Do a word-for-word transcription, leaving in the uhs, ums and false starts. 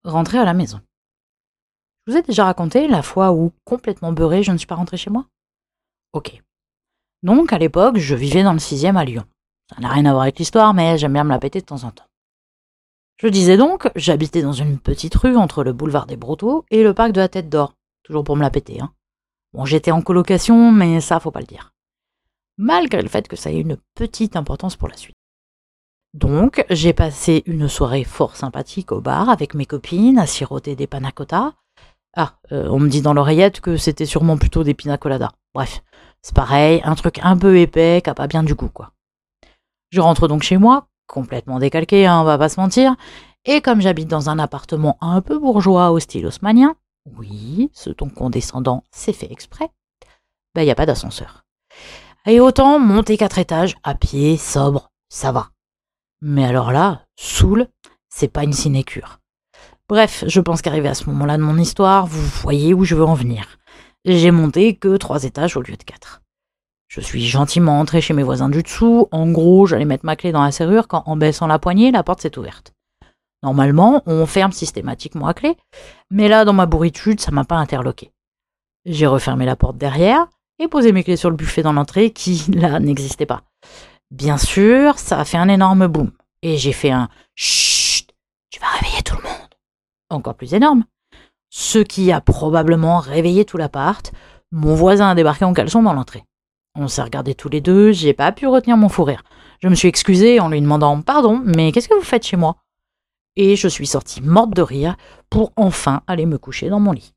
Rentrer à la maison. Je vous ai déjà raconté la fois où, complètement beurrée, je ne suis pas rentrée chez moi? Ok. Donc, à l'époque, je vivais dans le sixième à Lyon. Ça n'a rien à voir avec l'histoire, mais j'aime bien me la péter de temps en temps. Je disais donc, j'habitais dans une petite rue entre le boulevard des Brotteaux et le parc de la Tête d'Or. Toujours pour me la péter, hein. Bon, j'étais en colocation, mais ça, faut pas le dire. Malgré le fait que ça ait une petite importance pour la suite. Donc, j'ai passé une soirée fort sympathique au bar avec mes copines à siroter des panna cotta. Ah, euh, on me dit dans l'oreillette que c'était sûrement plutôt des pina coladas. Bref, c'est pareil, un truc un peu épais qui a pas bien du goût, quoi. Je rentre donc chez moi, complètement décalqué, hein, on va pas se mentir, et comme j'habite dans un appartement un peu bourgeois au style haussmannien, oui, ce ton condescendant, c'est fait exprès, ben y a pas d'ascenseur. Et autant monter quatre étages, à pied, sobre, ça va. Mais alors là, saoul, c'est pas une sinécure. Bref, je pense qu'arrivé à ce moment-là de mon histoire, vous voyez où je veux en venir. J'ai monté que trois étages au lieu de quatre. Je suis gentiment entrée chez mes voisins du dessous. En gros, j'allais mettre ma clé dans la serrure quand, en baissant la poignée, la porte s'est ouverte. Normalement, on ferme systématiquement à clé, mais là, dans ma bourritude, ça m'a pas interloqué. J'ai refermé la porte derrière et posé mes clés sur le buffet dans l'entrée qui, là, n'existait pas. Bien sûr, ça a fait un énorme boom. Et j'ai fait un « Chut, tu vas réveiller tout le monde !» Encore plus énorme. Ce qui a probablement réveillé tout l'appart. Mon voisin a débarqué en caleçon dans l'entrée. On s'est regardés tous les deux, j'ai pas pu retenir mon fou rire. Je me suis excusée en lui demandant « Pardon, mais qu'est-ce que vous faites chez moi ?» Et je suis sortie morte de rire pour enfin aller me coucher dans mon lit.